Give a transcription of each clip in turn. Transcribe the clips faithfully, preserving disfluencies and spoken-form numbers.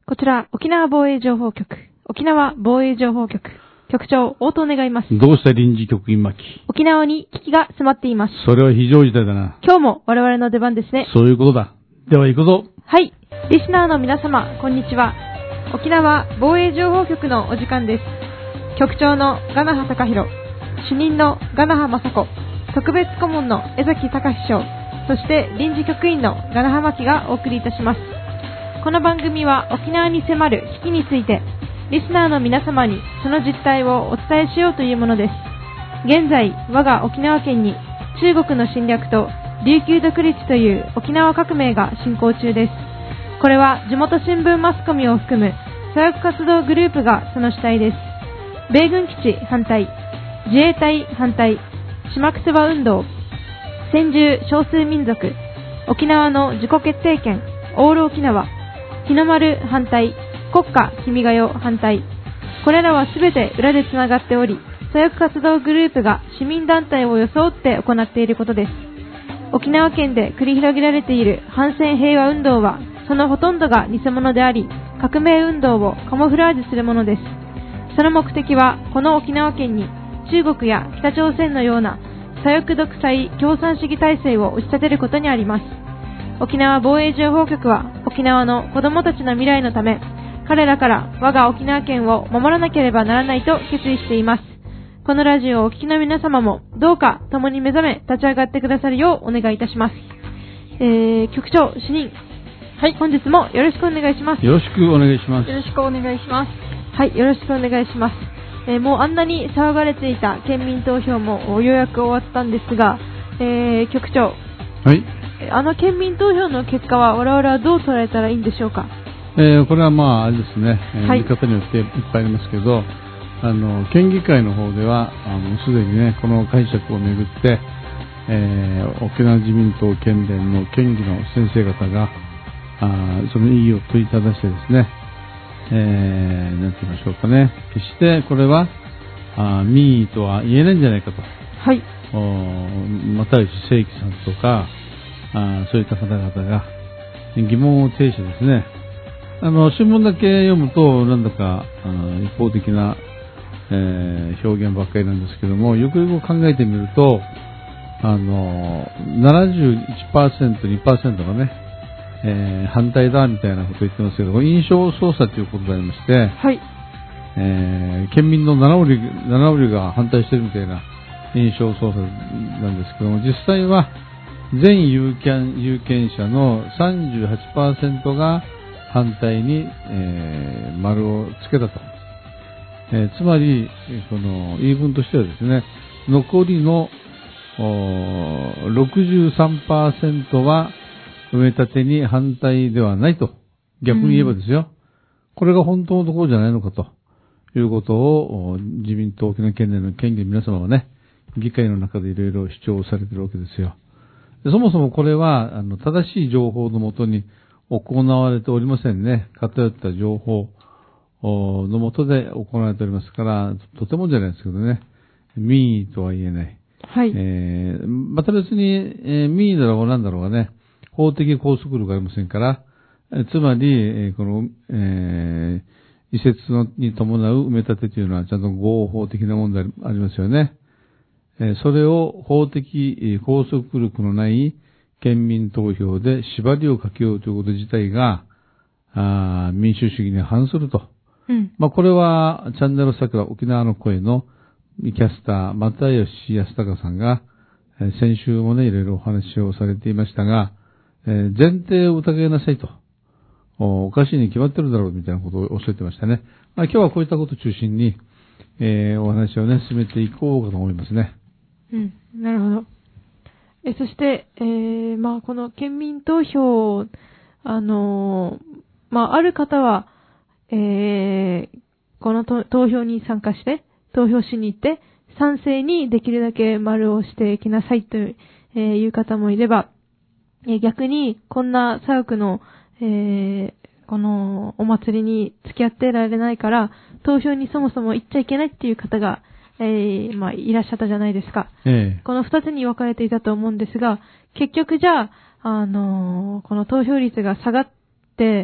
こちら、沖縄防衛情報局、沖縄防衛情報局、局長、応答願います。 どうした臨時局員巻。 沖縄に危機が迫っています。 それは非常事態だな。 今日も我々の出番ですね。 そういうことだ。では行くぞ。 はい。リスナーの皆様、こんにちは。沖縄防衛情報局のお時間です。局長のガナハ隆弘、主任のガナハ雅子、特別顧問の江崎隆史長、そして臨時局員のガナハマキがお送りいたします。この番組は沖縄に迫る危機について、リスナーの皆様にその実態をお伝えしようというものです。現在、我が沖縄県に中国の侵略と琉球独立という沖縄革命が進行中です。これは地元新聞マスコミを含む左翼活動グループがその主体です。米軍基地反対、自衛隊反対、島くつば運動、先住少数民族、沖縄の自己決定権、オール沖縄、日の丸反対、国家君が代反対。これらはすべて裏でつながっており、左翼活動グループが市民団体を装って行っていることです。沖縄県で繰り広げられている反戦平和運動は、そのほとんどが偽物であり、革命運動をカモフラージュするものです。その目的は、この沖縄県に中国や北朝鮮のような左翼独裁共産主義体制を打ち立てることにあります。沖縄防衛情報局は沖縄の子供たちの未来のため、彼らから我が沖縄県を守らなければならないと決意しています。このラジオをお聞きの皆様もどうか共に目覚め立ち上がってくださるようお願いいたします。えー、局長、主任、はい、本日もよろしくお願いします。 よろしくお願いします。 よろしくお願いします。 はい、よろしくお願いします。えー、もうあんなに騒がれていた県民投票もようやく終わったんですが、えー、局長、 はい。 あの県民投票の結果は我々はどう捉えたらいいんでしょうか。 えー、これはまああれですね、えーはい、見方によっていっぱいありますけど、あの県議会の方ではあのすでにねこの解釈をめぐって、えー、沖縄自民党県連の県議の先生方があその意義を問いただしてですね、えー、なんて言いましょうかね、決してこれはあ民意とは言えないんじゃないかと、 はい、 お又吉正樹さんとかあそういった方々が疑問を呈してですね、あの新聞だけ読むとなんだか一方的な、えー、表現ばっかりなんですけども、よくよく考えてみるとあの ななじゅういちパーセント、にパーセント がね、えー、反対だみたいなことを言ってますけど、印象操作ということでありまして、 はい、 えー、県民のなな割、なな割が反対しているみたいな印象操作なんですけども、実際は全有権、有権者の さんじゅうはちパーセント が反対に、えー、丸をつけたと、えー、つまりこの言い分としてはですね、残りの ろくじゅうさんパーセント は埋め立てに反対ではないと、逆に言えばですよ、うん、これが本当のところじゃないのかということを自民党沖縄県連の県議の皆様はね、議会の中でいろいろ主張されているわけですよ。そもそもこれはあの正しい情報のもとに行われておりませんね。偏った情報のもとで行われておりますから、とてもじゃないですけどね、民意とは言えない。 はい。 えー、また別に、えー、民意だろうが何だろうがね、法的拘束力がありませんから、えつまり、えー、この、えー、移設のに伴う埋め立てというのはちゃんと合法的なものでありますよね。それを法的拘束力のない県民投票で縛りをかけようということ自体があ民主主義に反すると、 うん、 まあ、これはチャンネル桜沖縄の声のキャスター又吉康隆さんが先週もねいろいろお話をされていましたが、えー、前提を疑いなさいと、おかしいに決まってるだろうみたいなことをおっしゃってましたね。まあ、今日はこういったことを中心に、えー、お話をね進めていこうかと思いますね。 うん、なるほど。え、そして、えー、まあ、この県民投票、あのー、まあ、ある方は、えー、このと投票に参加して、投票しに行って、賛成にできるだけ丸をしていきなさいという、えー、いう方もいれば、えー、逆に、こんな左翼の、えー、このお祭りに付き合ってられないから、投票にそもそも行っちゃいけないっていう方が、えー、まあ、いらっしゃったじゃないですか。 ええ、 この二つに分かれていたと思うんですが、結局じゃあ、あのー、この投票率が下がって、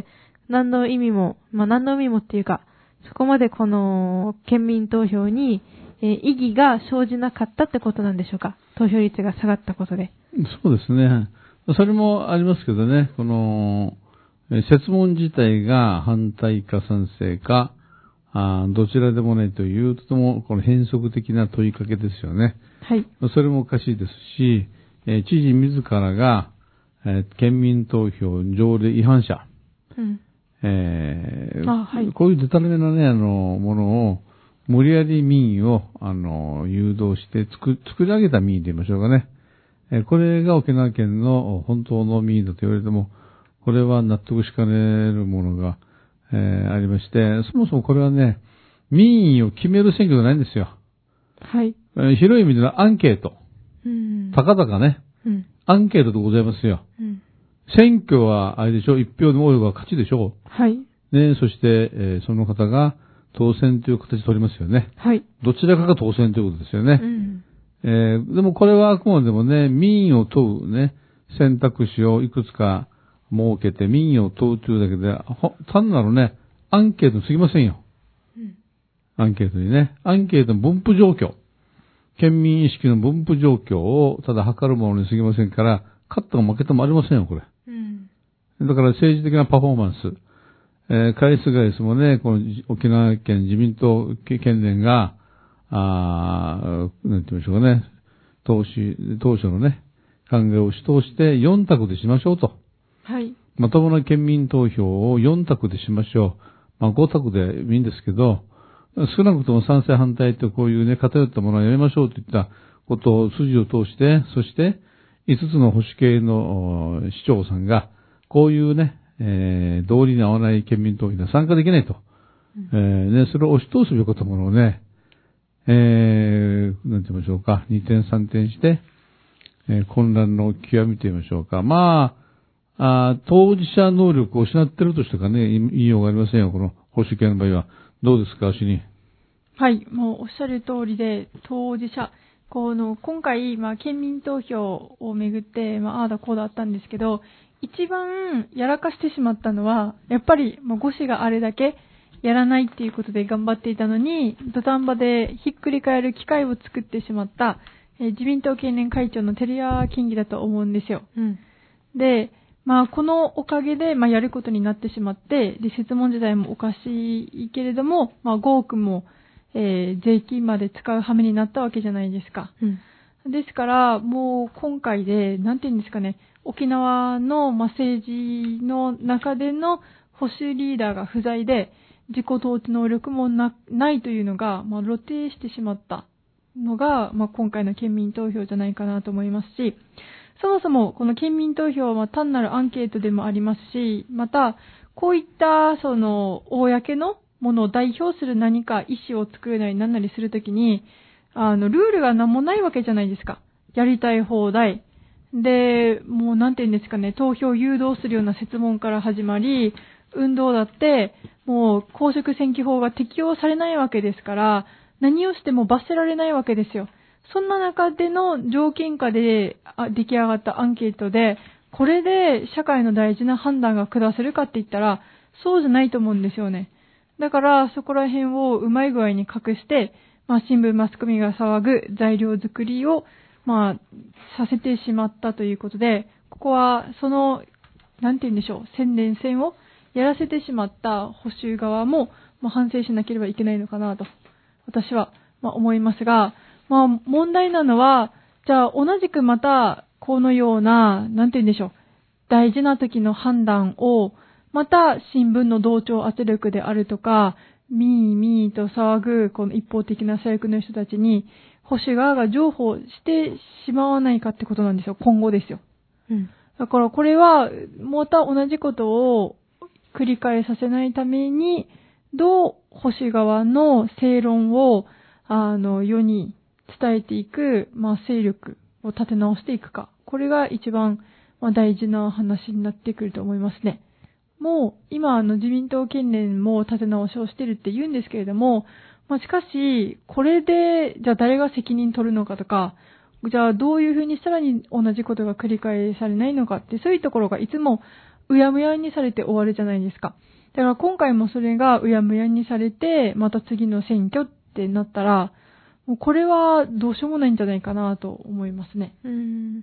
何の意味も、まあ何の意味もっていうか、そこまでこの県民投票に、えー、意義が生じなかったってことなんでしょうか。投票率が下がったことで。 そうですね。それもありますけどね、この、設問自体が反対か賛成か、あどちらでもないというとてもこの変則的な問いかけですよね。 はい。 それもおかしいですし、えー、知事自らが、えー、県民投票条例違反者、 うんえーあはい、 こういうデタラメなね、あの、ものを、無理やり民意を、あの、誘導して作、作り上げた民意と言いましょうかね。えーこれが沖縄県の本当の民意だと言われても、これは納得しかねるものが、えーありまして、そもそもこれはね、民意を決める選挙じゃないんですよ。 はい。 えー広い意味でのアンケート。 うん。 たかだかね、 うん。 アンケートでございますよ。 うん。 選挙は、あれでしょ、一票でも多い方が勝ちでしょはい。 う。ね、そして、えーその方が当選という形を取りますよね。 はい。 どちらかが当選ということですよね。 うん。 えーでもこれはあくまでもね、民意を問うね、選択肢をいくつか設けて民意を問うというだけで、ほ単なるね、アンケートに過ぎませんよ。 うんアンケートにね。アンケートの分布状況。県民意識の分布状況をただ測るものに過ぎませんから、勝ったか負けたもありませんよ、これ。 うん。 だから政治的なパフォーマンス。えー、返す返すもね、この沖縄県自民党県連が、あー、なんて言いましょうかね、当初、当初のね、考えを主導してよん択でしましょうと。 はい。 まともな県民投票をよん択でしましょう。まあご択でいいんですけど、少なくとも賛成反対とこういうね、偏ったものはやめましょうといったことを筋を通して、そしていつつの保守系の市長さんが、こういうね、えー、道理に合わない県民投票には参加できないと。うん、えー、ね、それを押し通すようなことものをね、えー、なんて言いましょうか、二転三転して、えー、混乱の極みと言いましょうか。まあ、あ当事者能力を失っているとしかね、言いようがありませんよ、この保守系の場合は。どうですか、主任。 はい、もうおっしゃる通りで、当事者、この、今回、まあ、県民投票をめぐって、まあ、ああだこうだあったんですけど、一番やらかしてしまったのは、やっぱり、もうご市があれだけやらないっていうことで頑張っていたのに、土壇場でひっくり返る機会を作ってしまった、えー、自民党県連会長の照屋県議だと思うんですよ。 うん、 で、まあ、このおかげで、まあ、やることになってしまって、で、設問自体もおかしいけれども、まあ、ごおくも、えー、税金まで使う羽目になったわけじゃないですか。 うん、 ですから、もう今回で、なんて言うんですかね、沖縄の、まあ、政治の中での保守リーダーが不在で、自己統治能力もな、ないというのが、まあ、露呈してしまったのが、まあ、今回の県民投票じゃないかなと思いますし、そもそもこの県民投票は単なるアンケートでもありますし、また、こういったその公のものを代表する何か意思を作るなり何なりするときに、あの、ルールが何もないわけじゃないですか。やりたい放題。で、もうなんて言うんですかね、投票を誘導するような設問から始まり、運動だって、もう公職選挙法が適用されないわけですから、何をしても罰せられないわけですよ。そんな中での条件下で出来上がったアンケートで、これで社会の大事な判断が下せるかって言ったら、そうじゃないと思うんですよね。だからそこら辺をうまい具合に隠して、まあ新聞マスコミが騒ぐ材料作りを、まあ、させてしまったということで、ここはその、なんて言うんでしょう、宣伝戦をやらせてしまった保守側も、まあ、反省しなければいけないのかなと、私は、まあ、思いますが、まあ問題なのは、じゃあ同じくまた、このような、なんて言うんでしょう、大事な時の判断を、また新聞の同調圧力であるとか、ミーミーと騒ぐ、この一方的な左翼の人たちに、保守側が譲歩してしまわないかってことなんですよ、今後ですよ。 うん、 だからこれは、また同じことを繰り返させないために、どう保守側の正論を、あの、世に伝えていく、まあ、勢力を立て直していくか。これが一番、まあ、大事な話になってくると思いますね。もう、今、あの、自民党県連も立て直しをしてるって言うんですけれども、まあ、しかし、これで、じゃあ誰が責任取るのかとか、じゃあどういうふうにしたらに同じことが繰り返されないのかって、そういうところがいつも、 うやむやにされて終わるじゃないですか。だから今回もそれがうやむやにされて、また次の選挙ってなったら、もうこれはどうしようもないんじゃないかなと思いますね。 うん。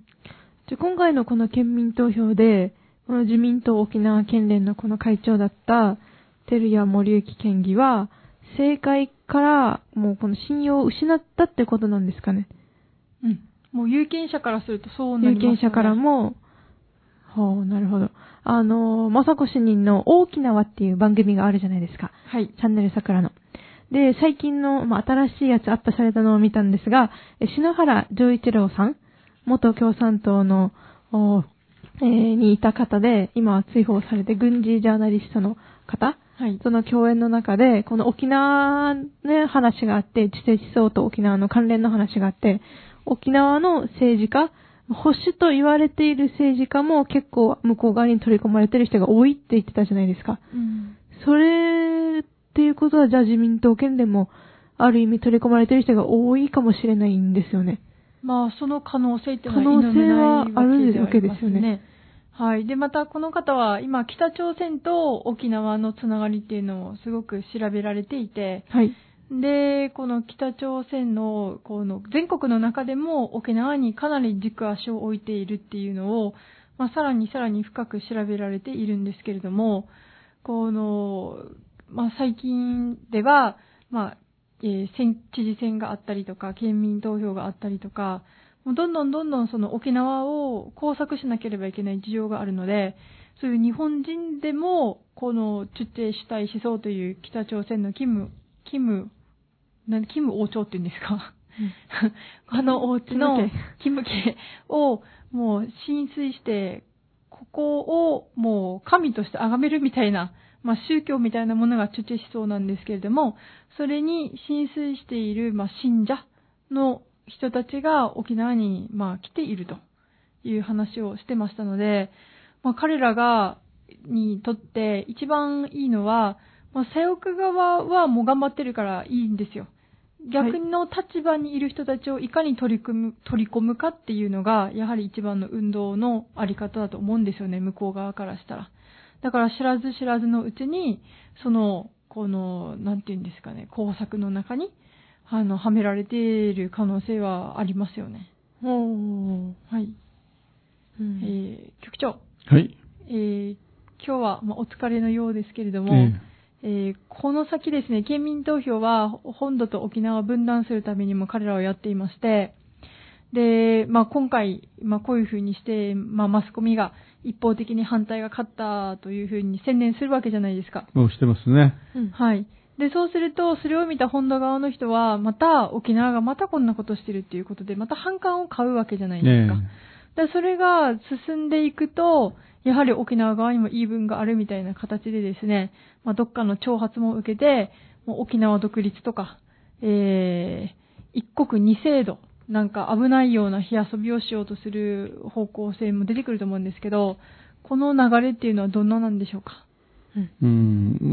じゃ今回のこの県民投票で、この自民党沖縄県連のこの会長だった照屋森幸県議は、政界からもうこの信用を失ったってことなんですかね。 うん。もう有権者からするとそうなりますよね。 有権者からも、ほう、なるほど。あの、まさこ主任の大きな輪っていう番組があるじゃないですか。 はい。 チャンネル桜の。で、最近の、まあ、新しいやつアップされたのを見たんですが、篠原丈一郎さん、元共産党の、えー、にいた方で、今は追放されて軍事ジャーナリストの方、 はい。 その共演の中で、この沖縄の話があって、知性思想と沖縄の関連の話があって、沖縄の政治家、保守と言われている政治家も結構向こう側に取り込まれている人が多いって言ってたじゃないですか。 うん、 それっていうことは、じゃあ自民党県連もある意味取り込まれている人が多いかもしれないんですよね。 まあ、その可能性っていうのは否めないわけではあるわけですよね。はい。で、またこの方は今北朝鮮と沖縄のつながりっていうのをすごく調べられていて、 はい。 で、この北朝鮮の、この全国の中でも沖縄にかなり軸足を置いているっていうのを、まあ、さらにさらに深く調べられているんですけれども、この、まあ、最近では、まあ、えー、県知事選があったりとか、県民投票があったりとか、もうどんどんどんどんその沖縄を工作しなければいけない事情があるので、そういう日本人でも、この出廷主体思想という北朝鮮のキム、キム、なんキム王朝って言うんですか、うん、あのお家のキム家をもう浸水して、ここをもう神として崇めるみたいな、まあ宗教みたいなものが出廷思想なんですけれども、それに浸水している、まあ信者の人たちが沖縄に、まあ来ているという話をしてましたので、まあ彼らが、にとって一番いいのは、まあ左翼側はもう頑張ってるからいいんですよ。逆の立場にいる人たちをいかに取り組む、取り込むかっていうのが、やはり一番の運動のあり方だと思うんですよね、向こう側からしたら。だから知らず知らずのうちに、その、この、なんていうんですかね、工作の中に、あの、はめられている可能性はありますよね。 おー。 はい。 うん、 えー、局長。 はい。 えー、今日は、まあ、お疲れのようですけれども、 えーえー、この先ですね、県民投票は本土と沖縄を分断するためにも彼らはやっていまして、で、まあ今回、まあこういうふうにして、まあマスコミが一方的に反対が勝ったというふうに宣伝するわけじゃないですか。 もうしてますね。 うん、はい。で、そうすると、それを見た本土側の人は、また沖縄がまたこんなことしてるっていうことで、また反感を買うわけじゃないですか。 ねで、それが進んでいくと、やはり沖縄側にも言い分があるみたいな形でですね、まあ、どっかの挑発も受けて、もう沖縄独立とか、えー、一国二制度、なんか危ないような火遊びをしようとする方向性も出てくると思うんですけど、この流れっていうのはどんななんでしょうか？ うん、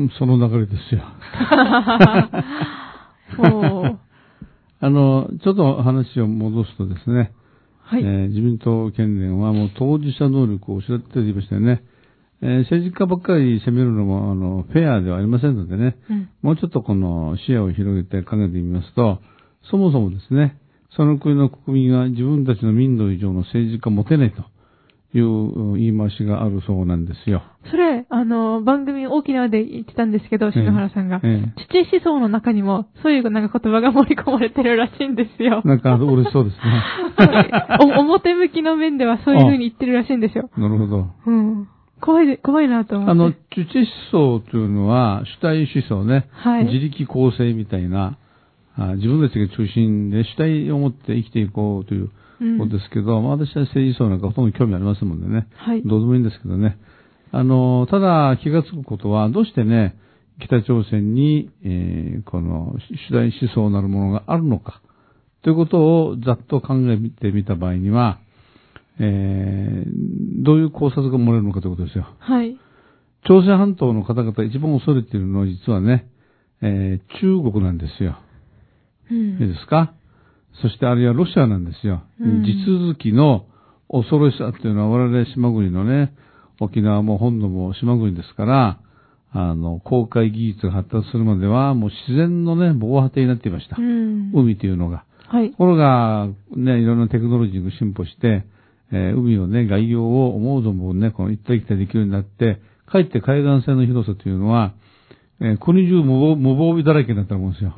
その流れですよ。あの、ちょっと話を戻すとですね、 はい。 えー、自民党県連はもう当事者能力を失っていましたよね。えー、政治家ばっかり責めるのも、あの、フェアではありませんのでね、うん、もうちょっとこの視野を広げて考えてみますと、そもそもですね、その国の国民が自分たちの民度以上の政治家を持てないという言い回しがあるそうなんですよ。 それ、あの、番組沖縄で言ってたんですけど、篠原さんが。 ええ、 父思想の中にも、そういうなんか言葉が盛り込まれてるらしいんですよ。 なんか嬉しそうですね。 お表向きの面ではそういう風に言ってるらしいんですよ。 なるほど。 うん。怖い、怖いなと思って。 あの、父思想というのは、主体思想ね。はい。自力構成みたいな、あ自分たちが中心で主体を持って生きていこうということですけど、うん、まあ私は政治思想なんかほとんど興味ありませんもんでね。はい。どうでもいいんですけどね。あの、ただ気がつくことは、どうしてね、北朝鮮に、えー、この主体思想なるものがあるのか、ということをざっと考えてみた場合には、えー、どういう考察が漏れるのかということですよ。 はい。 朝鮮半島の方々一番恐れているのは実はね、えー、中国なんですよ。うん、いいですか？そしてあるいはロシアなんですよ。うん、地続きの恐ろしさっていうのは我々島国のね、 沖縄も本土も島国ですから、あの、航海技術が発達するまでは、もう自然のね、防波堤になっていました。 うん、 海というのが。 はい。 ところが、ね、いろんなテクノロジーが進歩して、えー、海のね、概要を思う存分ね、この行ったり来たりできるようになって、かえって海岸線の広さというのは、えー、国中無防無防備だらけになったと思うんですよ。 うん、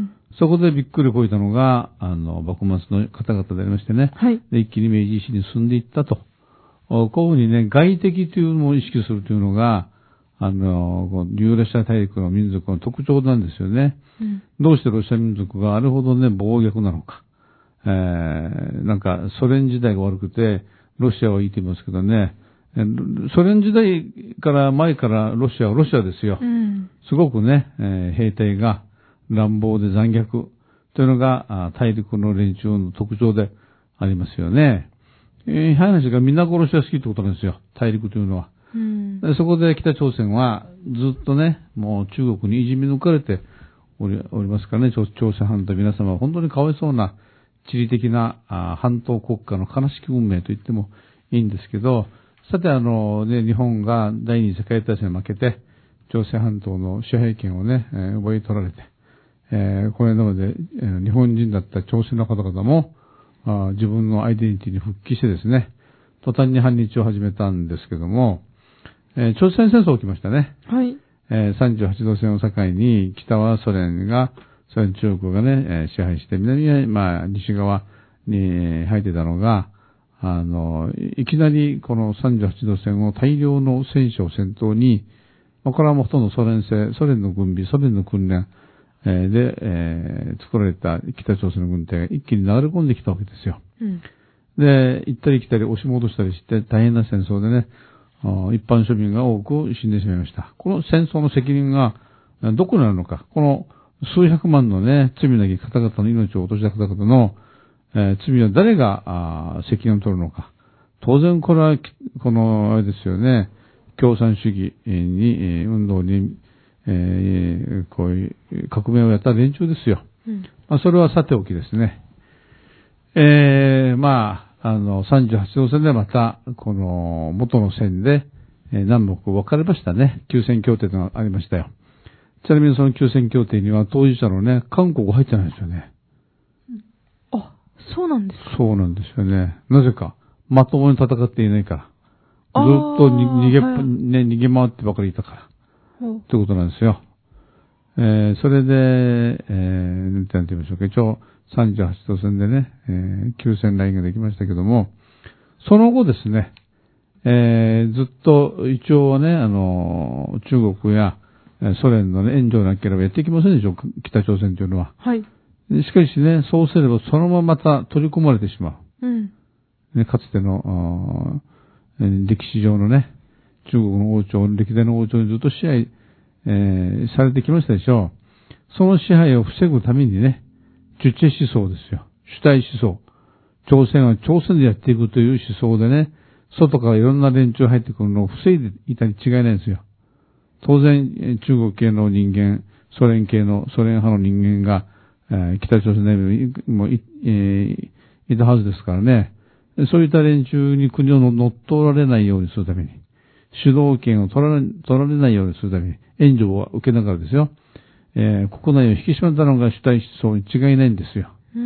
そこでびっくりこいたのが、あの、幕末の方々でありましてね、 はい。 で一気に明治維新に進んでいったと。こういうふうにね、外敵というのを意識するというのが、あの、このユーラシア大陸の民族の特徴なんですよね。 うん、 どうしてロシア民族があれほどね、暴虐なのか。えー、なんか、ソ連時代が悪くて、ロシアはいいと言いますけどね、ソ連時代から前からロシアはロシアですよ。 うん、すごくね、えー、兵隊が乱暴で残虐というのが大陸の連中の特徴でありますよね。えー、話が皆殺しが好きってことなんですよ。大陸というのは。 うん、 でそこで北朝鮮はずっとね、もう中国にいじめ抜かれており、おりますからね、朝鮮半島皆様は本当にかわいそうな地理的なあ半島国家の悲しき運命と言ってもいいんですけど、さてあのね、日本が第二次世界大戦に負けて、朝鮮半島の支配権をね、えー、奪い取られて、えー、これなので、えー、日本人だった朝鮮の方々もあ自分のアイデンティティに復帰してですね、途端に反日を始めたんですけども、えー、朝鮮戦争起きましたね。 はい。 えー、さんじゅうはちど線を境に、北はソ連が、ソ連中国がね、えー、支配して、南は、まあ、西側に入ってたのが、あの、いきなりこのさんじゅうはちど線を大量の戦車を先頭に、まあ、これはもうほとんどソ連製、ソ連の軍備、ソ連の訓練、えー、で、えー、作られた北朝鮮の軍隊が一気に流れ込んできたわけですよ。 うん、 で、行ったり来たり押し戻したりして大変な戦争でね、一般庶民が多く死んでしまいました。この戦争の責任がどこにあるのか、この数百万のね、罪なき方々の命を落とした方々の、えー、罪は誰が責任を取るのか。当然これは、この、あれですよね、共産主義に、運動に、えー、こういう革命をやった連中ですよ。うん、まあ、それはさておきですね。えー、まあ、あの、さんじゅうはちど線でまた、この、元の線で、えー、南北分かれましたね。休戦協定がありましたよ。ちなみにその休戦協定には当事者のね、韓国入ってないですよね。 あ、そうなんですか。 そうなんですよね。なぜか。まともに戦っていないから。ずっとに逃げ、はい、ね、逃げ回ってばかりいたから。ということなんですよ。えー、それで、えー、なんて言いましょうか。一応、さんじゅうはちど線でね、えー、休戦ラインができましたけども、その後ですね、えー、ずっと一応はね、あの、中国やソ連の、ね、援助なければやっていきませんでしょう、北朝鮮というのは。 はい。 しかしね、そうすればそのまままた取り込まれてしまう。 うん。 ね、かつての、歴史上のね、中国の王朝、歴代の王朝にずっと支配、えー、されてきましたでしょう。その支配を防ぐためにね、主体思想ですよ。主体思想。朝鮮は朝鮮でやっていくという思想でね、外からいろんな連中入ってくるのを防いでいたに違いないんですよ。当然、中国系の人間、ソ連系の、ソ連派の人間が、えー、北朝鮮にもい、えー、いたはずですからね。そういった連中に国を乗っ取られないようにするために、主導権を取られ、取られないようにするために、援助を受けながらですよ。えー、国内を引き締めたのが主体思想に違いないんですよ。 うん、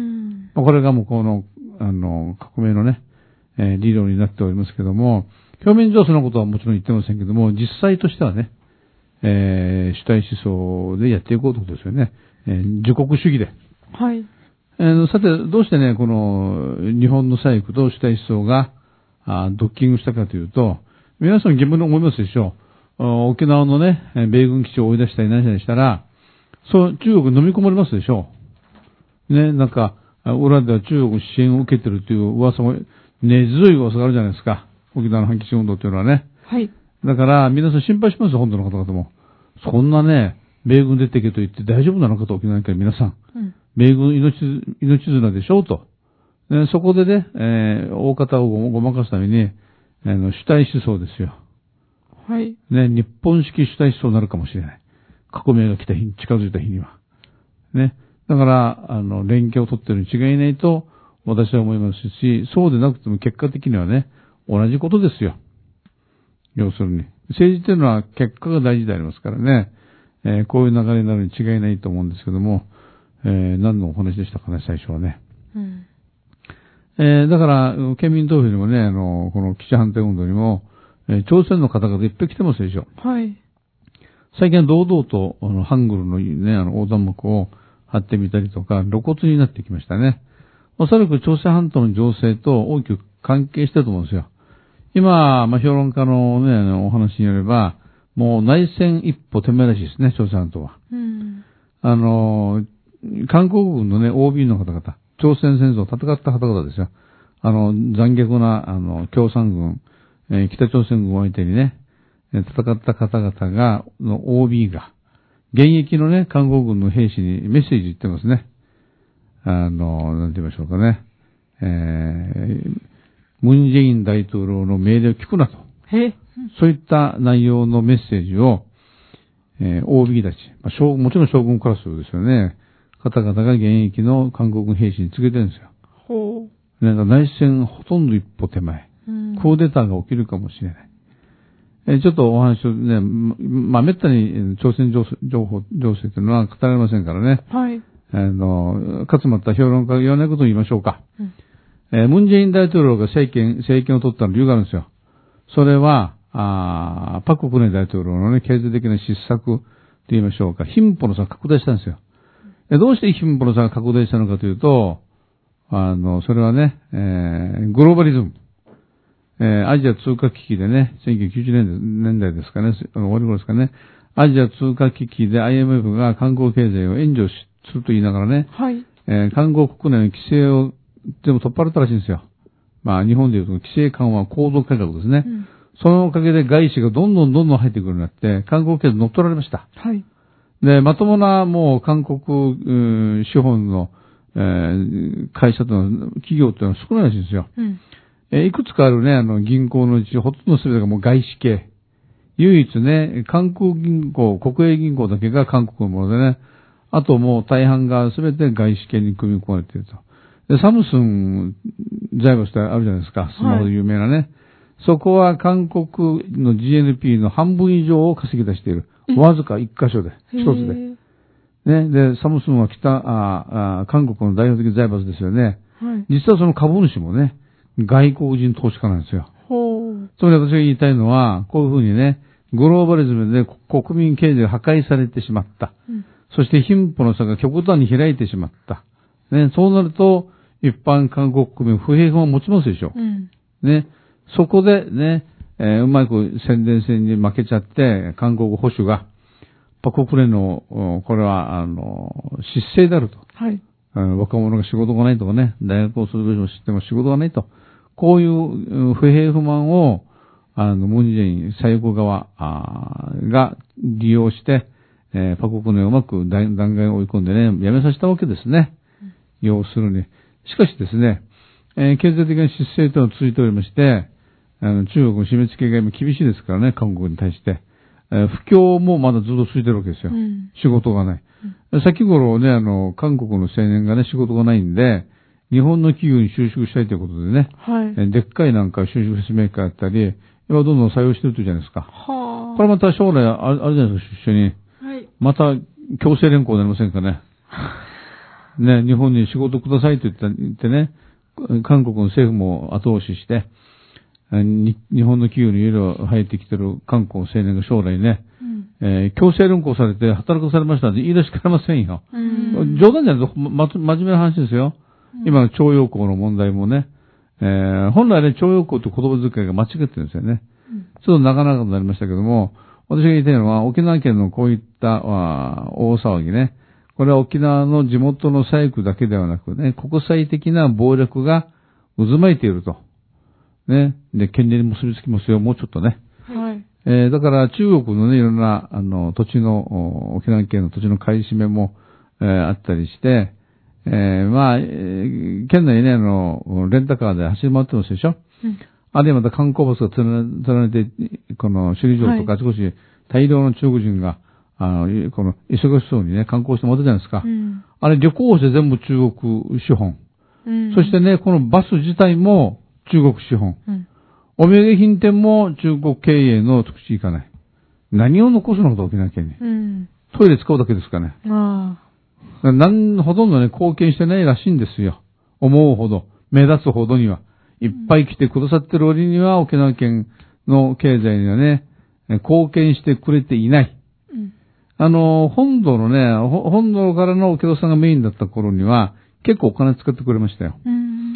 これがもうこの、あの、革命のね、えー、理論になっておりますけども、表面上そのことはもちろん言ってませんけども、実際としてはね、えー、主体思想でやっていこうということですよね。えー、自国主義で。 はい。 えー、さて、どうしてね、この、日本の左翼と主体思想が、あドッキングしたかというと、皆さん疑問に思いますでしょう。沖縄のね、米軍基地を追い出したり何したりしたら、そう、中国飲み込まれますでしょう。ね、なんか、裏では中国支援を受けてるという噂も、根強い噂があるじゃないですか。沖縄の反基地運動というのはね。 はい。 だから、皆さん心配しますよ、本土の方々も。そんなね、米軍出てけと言って大丈夫なのかと沖縄から皆さん。うん、米軍命、命綱でしょうと。ね、そこでね、えー、大方をごまかすために、あの、主体思想ですよ。 はい。 ね、日本式主体思想になるかもしれない。革命が来た日に、近づいた日には。ね。だから、あの、連携を取ってるに違いないと、私は思いますし、そうでなくても結果的にはね、同じことですよ。 要するに。政治というのは結果が大事でありますからね。えー、こういう流れになるに違いないと思うんですけども、えー、何のお話でしたかね、最初はね。うん、えー、だから、県民投票にもね、あの、この基地反対運動にも、えー、朝鮮の方々いっぱい来てますでしょ。 はい。 最近は堂々と、あの、ハングルのね、あの、横断幕を貼ってみたりとか、露骨になってきましたね。おそらく朝鮮半島の情勢と大きく関係してると思うんですよ。今、まあ、評論家のね、あのお話によれば、もう内戦一歩手前らしいですね、朝鮮半島は。うん、あの、韓国軍のね、オービー の方々、朝鮮戦争を戦った方々ですよ。あの、残虐な、あの、共産軍、えー、北朝鮮軍を相手にね、戦った方々が、の オービー が、現役のね、韓国軍の兵士にメッセージ言ってますね。あの、なんて言いましょうかね。えー、ムン・ジェイン大統領の命令を聞くなと。 へそういった内容のメッセージを、えー、オービー たち、まあ、もちろん将軍クラスですよね。方々が現役の韓国軍兵士に告げてるんですよ。 ほう。なんか内戦ほとんど一歩手前。うん、クーデターが起きるかもしれない。えー、ちょっとお話をね、まあ、めったに朝鮮情勢、情報、情勢というのは語られませんからね。 はい。 あの、勝俣評論家が言わないことを言いましょうか。 うん、 えー、ムン・ジェイン大統領が政権、政権を取った理由があるんですよ。それは、あパク・クネ大統領のね、経済的な失策と言いましょうか、貧富の差が拡大したんですよ。うん、どうして貧富の差が拡大したのかというと、あの、それはね、えー、グローバリズム。えー、アジア通貨危機でね、せんきゅうひゃくきゅうじゅうねんだいですかね、終わり頃ですかね、アジア通貨危機で アイエムエフ が韓国経済を援助すると言いながらね、 はい。 えー、韓国国内の規制をでも取っ払ったらしいんですよ。まあ日本でいうと規制緩和構造改革ですね。うん、そのおかげで外資がどんどんどんどん入ってくるようになって、韓国経済乗っ取られました。 はい。 で、まともなもう韓国、うん、資本の、えー、会社との企業っていうのは少ないらしいんですよ。 うんえー、いくつかあるね、あの銀行のうちほとんど全てがもう外資系。唯一ね、韓国銀行、国営銀行だけが韓国のものでね、あともう大半が全て外資系に組み込まれていると。で、サムスン財閥ってあるじゃないですか。スマホで有名なね。はい、そこは韓国の ジーエヌピー の半分以上を稼ぎ出している。わずか一箇所で、一つで。ね。で、サムスンは北、ああ韓国の代表的財閥ですよね。 はい、 実はその株主もね、外国人投資家なんですよ。 ほう。 つまり私が言いたいのは、こういうふうにね、グローバリズムで国民経済が破壊されてしまった。うん、そして貧富の差が極端に開いてしまった。ね、そうなると、一般韓国国民不平不満を持ちますでしょ。 うん、 ね、そこでね、えー、うまく宣伝戦に負けちゃって、韓国保守が、パククネの、これは、あの、失勢であると。 はい。 若者が仕事がないとかね、大学を卒業しても仕事がないと。こういう不平不満を、あの、ムンジェイン最高側が利用して、えー、パククネをうまく弾劾を追い込んでね、やめさせたわけですね。うん、要するに。しかしですね、えー、経済的な失勢というのは続いておりまして、あの、中国の締め付けが今厳しいですからね、韓国に対して。えー、不況もまだずっと続いてるわけですよ。うん、仕事がない。うん、先頃ね、あの、韓国の青年がね、仕事がないんで、日本の企業に就職したいということでね、 はい、 えー、でっかいなんか就職説明会あったり、今どんどん採用してるというじゃないですか。 はあ、 これまた将来あるじゃないですか、出所に。 はい、 また強制連行になりませんかね。ね、日本に仕事くださいと言ってね、韓国の政府も後押しして、日本の企業にいろいろ入ってきてる韓国の青年が将来ね、うん、えー、強制連行されて働かされましたって言い出しかねませんよ。 うん、 冗談じゃないと、ま、真面目な話ですよ。うん、今の徴用工の問題もね、えー、本来ね、徴用工と言葉遣いが間違ってるんですよね。うん、ちょっとなかなかとなりましたけども、私が言いたいのは、沖縄県のこういった大騒ぎね、これは沖縄の地元の左翼だけではなくね、国際的な暴力が渦巻いていると。ね。で、権利に結びつきますよ、もうちょっとね。 はい。 えー、だから中国のね、いろんな、あの、土地の、沖縄県の土地の買い占めも、えー、あったりして、えー、まあ、えー、県内ね、あの、レンタカーで走り回ってますでしょ。うん、あるいはまた観光バスが連ねて、この首里城とかあちこち大量の中国人が、あの、この、忙しそうにね、観光してもらったじゃないですか。うん、あれ、旅行者全部中国資本。うん、そしてね、このバス自体も中国資本。うん、 お土産品店も中国経営の特殊いかない。何を残すのかと沖縄県に。 うん。 トイレ使うだけですかね。 あなんほとんどね、貢献してないらしいんですよ。思うほど、目立つほどには。いっぱい来てくださってる折には、沖縄県の経済にはね、貢献してくれていない。 うん。 あの、本土のね、本土からのお客さんがメインだった頃には、結構お金使ってくれましたよ。 うん。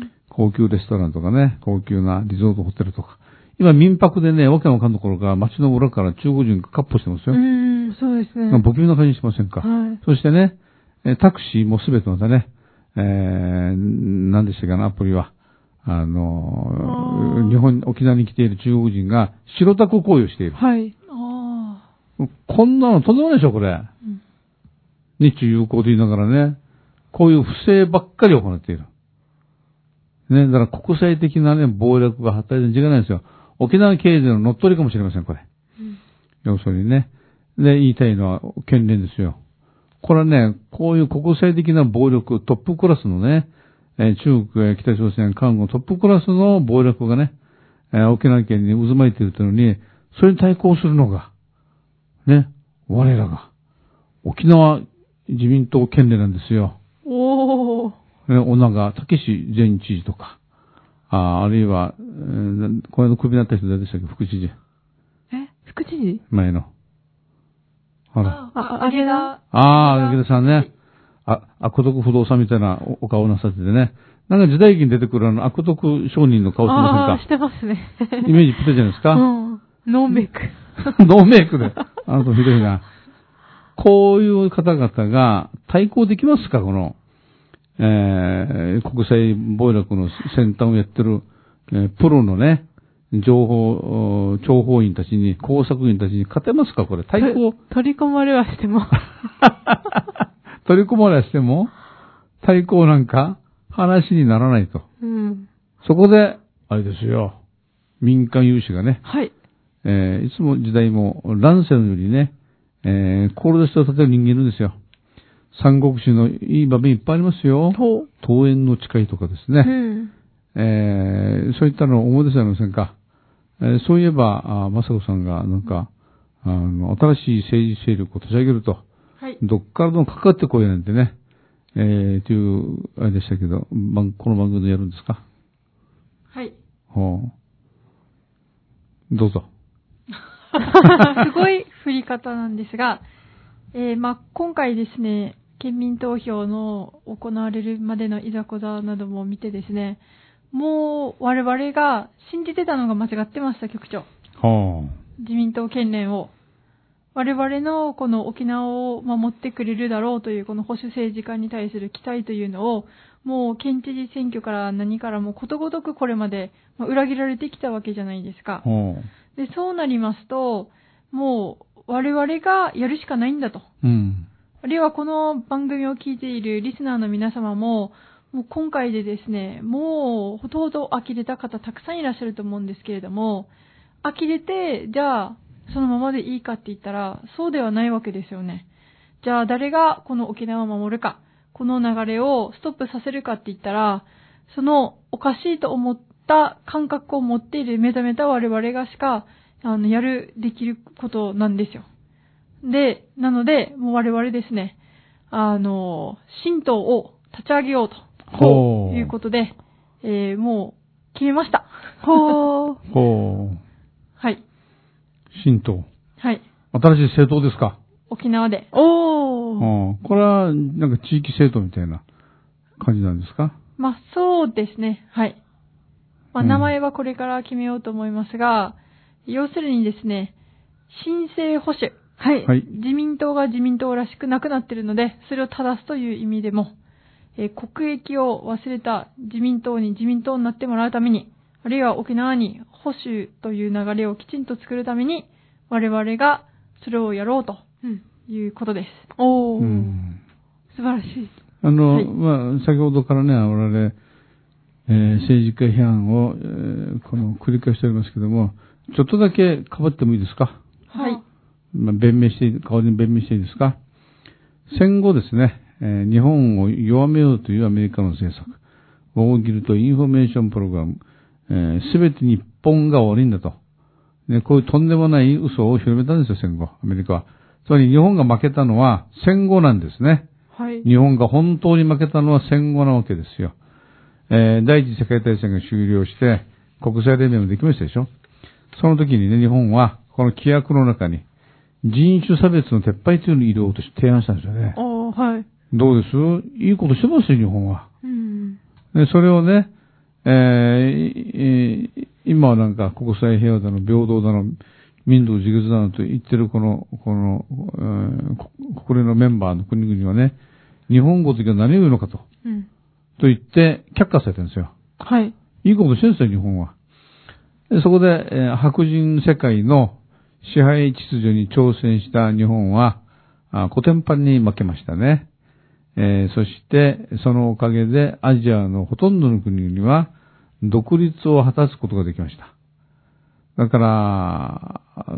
高級レストランとかね、高級なリゾートホテルとか。今民泊でね、わけわかんないところが街の裏から中国人がカッポしてますよ。 うん、そうですね。 不気味な感じしませんか。 はい。 そしてね、タクシーもすべてまたね、えー、何でしたかな、アプリは。あの、日本、沖縄に来ている中国人が白タク行為をしている。 はい。ああ。こんなのとんでもないでしょ、これ。うん、日中友好と言いながらね、こういう不正ばっかり行っている。ね、だから国際的なね、暴力が働いてるんじゃないんですよ。沖縄経済の乗っ取りかもしれません、これ。うん、要するにね。で、言いたいのは、権連ですよ。これはね、こういう国際的な暴力、トップクラスのね、えー、中国や北朝鮮、韓国トップクラスの暴力がね、えー、沖縄県に渦巻いているというのに、それに対抗するのが、ね、我らが、沖縄自民党県連なんですよ。 おー。 ね、小長武史前知事とか、あ, あるいは、えー、これのクビになった人誰でしたっけ、副知事。 え副知事前の。ほら。 あ、あげだ。 ああ、あげださんね。あ、悪徳不動産みたいなお顔をなさっててね。なんか時代劇に出てくるあの悪徳商人の顔してませんか。 ああ、してますね。 イメージぴったりじゃないですか。 うん。ノーメイク。 ノーメイクで。あのとひどいな。こういう方々が対抗できますか、この、えー、国際暴力の先端をやってる、えー、プロのね、情報、諜報員たちに、工作員たちに勝てますかこれ。対抗。 取り込まれはしても。 取り込まれはしても、対抗なんか話にならないと。 うん。 そこで、あれですよ。民間有志がね。 はい。 えー、いつも時代も乱世のようにね、えー、志を立てる人間いるんですよ。三国志のいい場面いっぱいありますよ。桃園の誓いとかですね。 うん、 えー、そういったのを思い出せありませんか。えー、そういえば、まさこさんがなんか、あの、新しい政治勢力を立ち上げると。 はい。 どっからでもかかってこいなんてね。えー、という、あれでしたけど、この番組でやるんですか。 はい。 ほう。どうぞ。 すごい振り方なんですが、えー、まあ、今回ですね、県民投票の行われるまでのいざこざなども見てですね、もう我々が信じてたのが間違ってました、局長。 はあ、 自民党県連を。我々のこの沖縄を守ってくれるだろうというこの保守政治家に対する期待というのを、もう県知事選挙から何からもことごとくこれまで裏切られてきたわけじゃないですか。 はあ、で、そうなりますと、もう我々がやるしかないんだと。 うん。 あるいはこの番組を聞いているリスナーの皆様も、もう今回でですね、もうほとんど呆れた方たくさんいらっしゃると思うんですけれども、呆れて、じゃあそのままでいいかって言ったら、そうではないわけですよね。じゃあ誰がこの沖縄を守るか、この流れをストップさせるかって言ったら、そのおかしいと思った感覚を持っている目覚めた我々がしか、あの、やる、できることなんですよ。で、なので、もう我々ですね、あの、新党を立ち上げようと、ということで、えー、もう決めました。 ほー。ほー。 はい。 新党。 はい。 新しい政党ですか。 沖縄で。おー。これは、なんか地域政党みたいな感じなんですか。 まあ、そうですね。はい。まあ、名前はこれから決めようと思いますが、うん、要するにですね、新生保守。はい。はい、自民党が自民党らしくなくなっているので、それを正すという意味でも、えー、国益を忘れた自民党に自民党になってもらうために、あるいは沖縄に保守という流れをきちんと作るために、我々がそれをやろうということです。うん、おー、うん。素晴らしい。 あの、はい、まあ、先ほどからね、我々、えー、政治家批判を、えー、この繰り返しておりますけども、ちょっとだけ変わってもいいですか。 はい。 まあ、弁明して、代わりに弁明していいですか。戦後ですね、えー、日本を弱めようというアメリカの政策、ウォーギルとインフォメーションプログラム、すべ、えー、てに一本が悪いんだと。ね、こういうとんでもない嘘を広めたんですよ、戦後、アメリカは。つまり日本が負けたのは戦後なんですね。 はい。 日本が本当に負けたのは戦後なわけですよ。えー、第一次世界大戦が終了して、国際連盟もできましたでしょ。その時にね、日本は、この規約の中に、人種差別の撤廃というのを入れようとして提案したんですよね。 ああ、はい。 どうですいいことしてますよ、日本は。 うん。 でそれをね、えー、今はなんか国際平和だの、平等だの、民族自決だのと言ってるこの、この、えー、国連のメンバーの国々はね、日本語というのは何を言うのかと。 うん。 と言って却下されてるんですよ。 はい。 いいことしてるんですよ、日本は。でそこで、えー、白人世界の支配秩序に挑戦した日本は、あコテンパンに負けましたね。えー、そして、そのおかげでアジアのほとんどの国々は独立を果たすことができました。だから、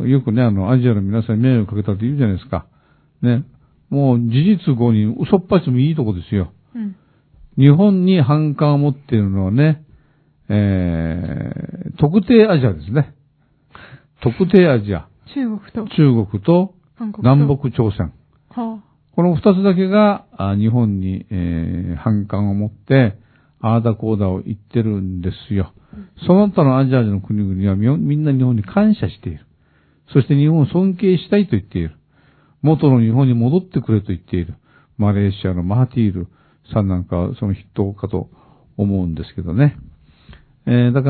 よくね、あの、アジアの皆さんに迷惑かけたって言うじゃないですか。ね。もう事実後に嘘っぱちもいいとこですよ。 うん。 日本に反感を持っているのはね、えー、特定アジアですね。特定アジア。 中国と。 中国と南北朝鮮。 はあ、 この二つだけが日本に、えー、反感を持って、ああだこうだを言ってるんですよ。うん、その他のアジアの国々はみんな日本に感謝している。そして日本を尊敬したいと言っている。元の日本に戻ってくれと言っている。マレーシアのマハティールさんなんかはその筆頭かと思うんですけどね。えー、だから、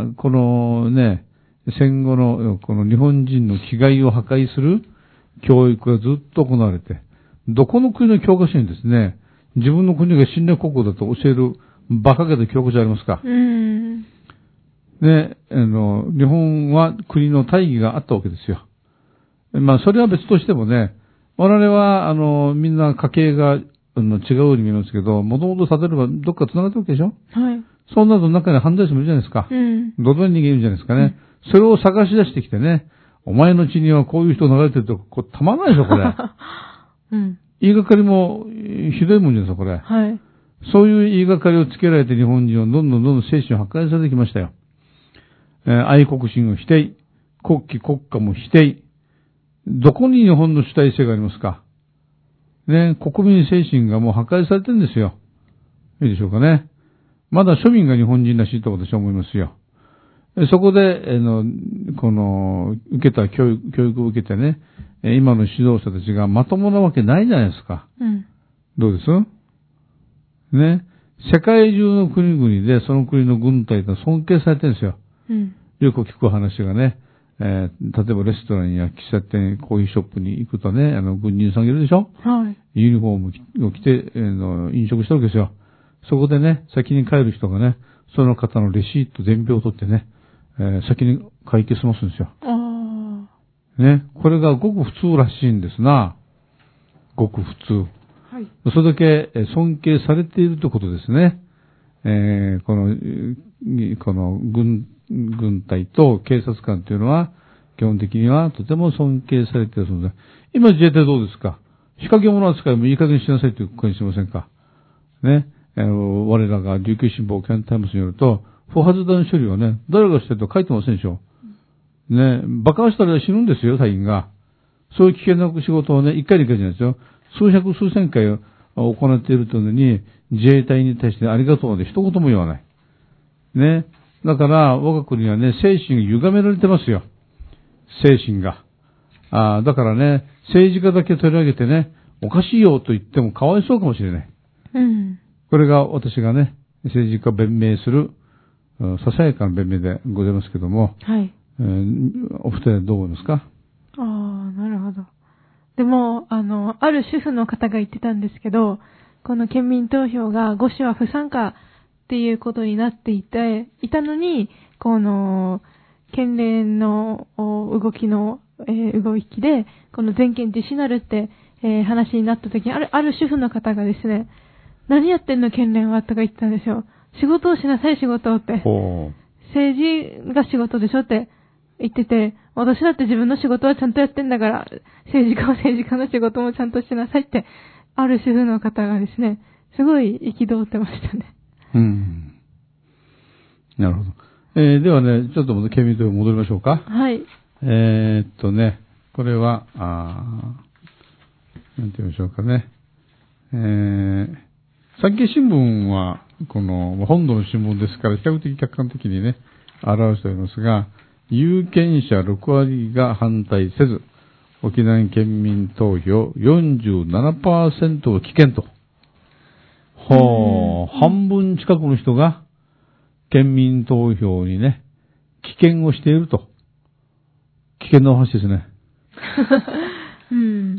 このね、戦後のこの日本人の気概を破壊する教育がずっと行われて、どこの国の教科書にですね、自分の国が侵略国家だと教える馬鹿げた教科書ありますか？ うーん。 ね、あの、日本は国の大義があったわけですよ。まあ、それは別としてもね、我々は、あの、みんな家系が、あの、違うように見えますけど、もともと例えばどっか繋がってるわけでしょ？はい。そうなると中に犯罪者もいるじゃないですか。うん。どどんに逃げるじゃないですかね。うん、それを探し出してきてね、お前の血にはこういう人流れてると、これたまらないでしょ、これ。うん。言いがかりもひどいもんじゃないですか、これ。はい。そういう言いがかりをつけられて日本人はどんどんどんどん精神を破壊されてきましたよ。えー、愛国心を否定、国旗国家も否定。どこに日本の主体性がありますか？ね、国民精神がもう破壊されてるんですよ。いいでしょうかね。まだ庶民が日本人らしいと私は思いますよ。そこで、えの、この、受けた教育、教育を受けてね、今の指導者たちがまともなわけないじゃないですか。うん。どうです？ね。世界中の国々でその国の軍隊が尊敬されてるんですよ。うん。よく聞く話がね、えー、例えばレストランや喫茶店、コーヒーショップに行くとね、あの、軍人さんいるでしょ？はい。ユニフォームを着て、えー、の飲食したわけですよ。そこでね、先に帰る人がね、その方のレシート、伝票を取ってね、えー、先に会計済ますんですよ。ああ。ね、これがごく普通らしいんですな。ごく普通。はい。それだけ尊敬されているということですね。えー、この、この軍、軍隊と警察官というのは、基本的にはとても尊敬されているそうです。今自衛隊どうですか？日陰者扱いもいい加減にしなさいという感じしませんか？ね。あの、我らが琉球新報キャンタイムスによると、不発弾処理はね、誰がしてると書いてませんでしょ。ね、爆破したら死ぬんですよ、隊員が。そういう危険な仕事をね、一回で一回じゃないですよ。数百数千回を行っているというのに、自衛隊に対してありがとうまで一言も言わない。ね。だから、我が国はね、精神が歪められてますよ。精神が。あだからね、政治家だけ取り上げてね、おかしいよと言ってもかわいそうかもしれない。うん。これが私がね、政治家弁明する、ささやかな弁明でございますけども、はい。えー、お二人はどう思いますか？ ああ、なるほど。でも、あの、ある主婦の方が言ってたんですけど、この県民投票がご市は不参加っていうことになっていて、いたのに、この、県連の動きの、えー、動きで、この全県自主なるって、えー、話になった時に、ある、ある主婦の方がですね、何やってんの県連はとか言ってたんですよ。仕事をしなさい仕事をって。政治が仕事でしょって言ってて、私だって自分の仕事はちゃんとやってんだから、政治家は政治家の仕事もちゃんとしなさいって、ある主婦の方がですね、すごい憤ってましたね。 うん。なるほど。 えー、ではね、ちょっと県民投票戻りましょうか。 はい。 えー、っとね、これは、あなんて言いましょうかね。えー、産経新聞は、この、本土の新聞ですから、比較的客観的にね、表しておりますが、有権者ろくわりが反対せず、沖縄県民投票 よんじゅうななパーセント を棄権と。ほう、半分近くの人が、県民投票にね、棄権をしていると。危険なお話ですね。 うん。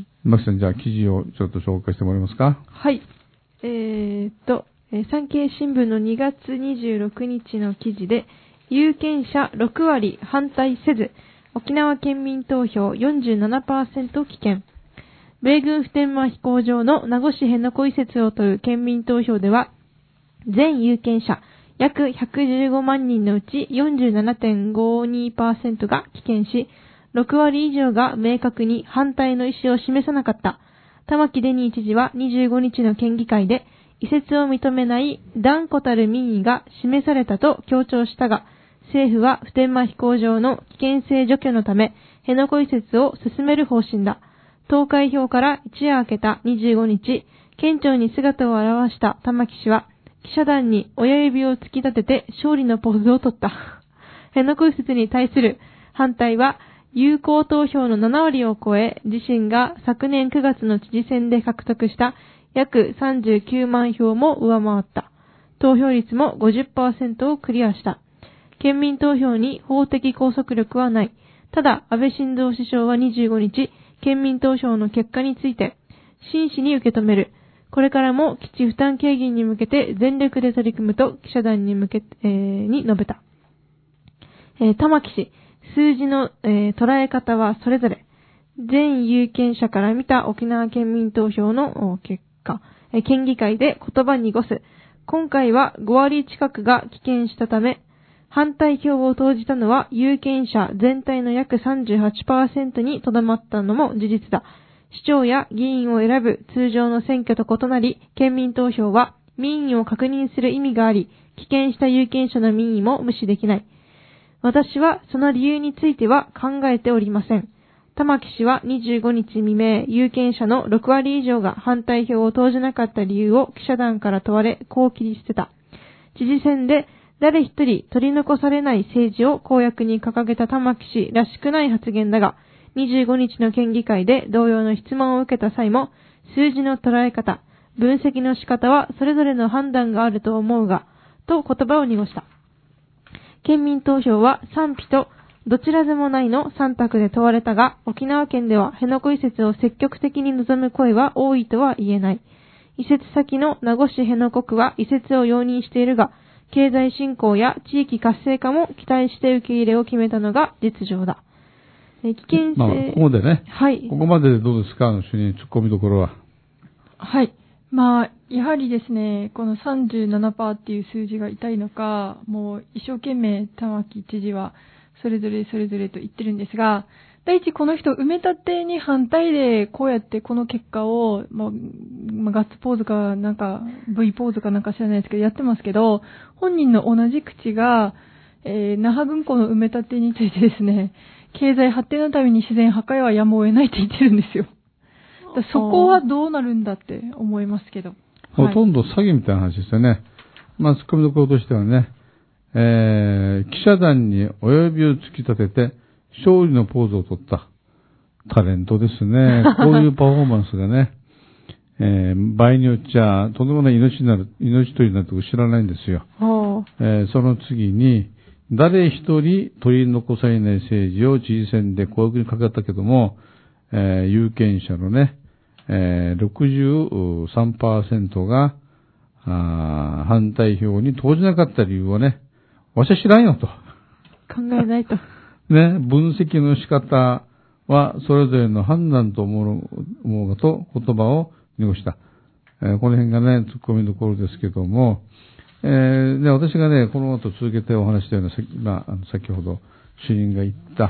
マキさん、じゃあ記事をちょっと紹介してもらえますか。 はい。えー、っと、えー、産経新聞のにがつにじゅうろくにちの記事で、有権者ろくわり反対せず、沖縄県民投票 よんじゅうななパーセント 棄権。米軍普天間飛行場の名護市辺野古移設を問う県民投票では、全有権者約ひゃくじゅうごまんにんのうち よんじゅうななてんごにパーセント が棄権し、ろくわり以上が明確に反対の意思を示さなかった。玉城デニー知事はにじゅうごにちの県議会で、移設を認めない断固たる民意が示されたと強調したが、政府は普天間飛行場の危険性除去のため、辺野古移設を進める方針だ。投開票から一夜明けたにじゅうごにち、県庁に姿を現した玉城氏は、記者団に親指を突き立てて勝利のポーズを取った。辺野古移設に対する反対は、有効投票のななわりを超え、自身が昨年くがつの知事選で獲得した約さんじゅうきゅうまんひょうも上回った。投票率も ごじゅっパーセント をクリアした。県民投票に法的拘束力はない。ただ、安倍晋三首相はにじゅうごにち、県民投票の結果について、真摯に受け止める。これからも基地負担軽減に向けて全力で取り組むと記者団に向けて、えー、に述べた。えー、玉城氏、数字の、えー、捉え方はそれぞれ。全有権者から見た沖縄県民投票の結果、えー、県議会で言葉に濁す。今回はごわり近くが棄権したため、反対票を投じたのは有権者全体の約 さんじゅうはちパーセント にとどまったのも事実だ。市長や議員を選ぶ通常の選挙と異なり、県民投票は民意を確認する意味があり、棄権した有権者の民意も無視できない。私はその理由については考えておりません。玉城氏はにじゅうごにち未明、有権者のろくわり以上が反対票を投じなかった理由を記者団から問われ、こう切り捨てた。知事選で誰一人取り残されない政治を公約に掲げた玉城氏らしくない発言だが、にじゅうごにちの県議会で同様の質問を受けた際も、数字の捉え方、分析の仕方はそれぞれの判断があると思うが、と言葉を濁した。県民投票は賛否とどちらでもないのさん択で問われたが、沖縄県では辺野古移設を積極的に望む声は多いとは言えない。移設先の名護市辺野古区は移設を容認しているが、経済振興や地域活性化も期待して受け入れを決めたのが実情だ。危険性。 まあ、ここでね。 はい。 ここまででどうですか、あの主任、突っ込みどころは。 はい。まあ、やはりですね、この さんじゅうななパーセント っていう数字が痛いのか、もう一生懸命玉城知事はそれぞれそれぞれと言ってるんですが、第一この人埋め立てに反対でこうやってこの結果を、まあ、まあ、ガッツポーズかなんか V ポーズかなんか知らないですけどやってますけど、本人の同じ口が、えー、那覇軍港の埋め立てについてですね、経済発展のために自然破壊はやむを得ないって言ってるんですよ。そこはどうなるんだって思いますけど。 ほとんど詐欺みたいな話ですよね。まあ、突っ込みどころとしてはね、えー、記者団に親指を突き立てて、勝利のポーズを取った。タレントですね。こういうパフォーマンスがね、えー、場合によっちゃ、とんでもない命になる、命取りになると知らないんですよ。えー、その次に、誰一人取り残されない政治を知事選で公約にかかったけども、えー、有権者のね、えー、ろくじゅうさんパーセント があ反対票に投じなかった理由をね、わしは知らんよと。 考えないと。 ね、分析の仕方はそれぞれの判断と思う、思うがと言葉を濁した。えー、この辺がね、突っ込みどころですけども、えー、で私がね、この後続けてお話したような、まあ、先ほど主任が言った、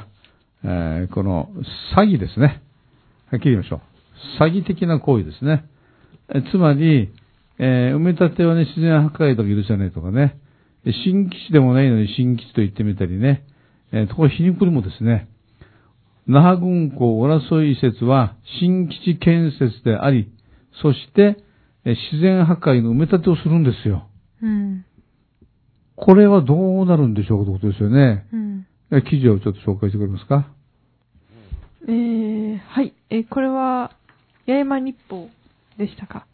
えー、この詐欺ですね。はっきり言いましょう。詐欺的な行為ですね。えつまり、えー、埋め立てはね、自然破壊とか許せないとかね、 新基地でもないのに新基地と言ってみたりね、えー、ところ皮肉にもですね、那覇軍港浦添移設は新基地建設であり、そして、えー、自然破壊の埋め立てをするんですよ。 うん。 これはどうなるんでしょうかということですよね。 うん。 記事をちょっと紹介してくれますか。 えー、はい。えー、これは、八重山日報でしたか。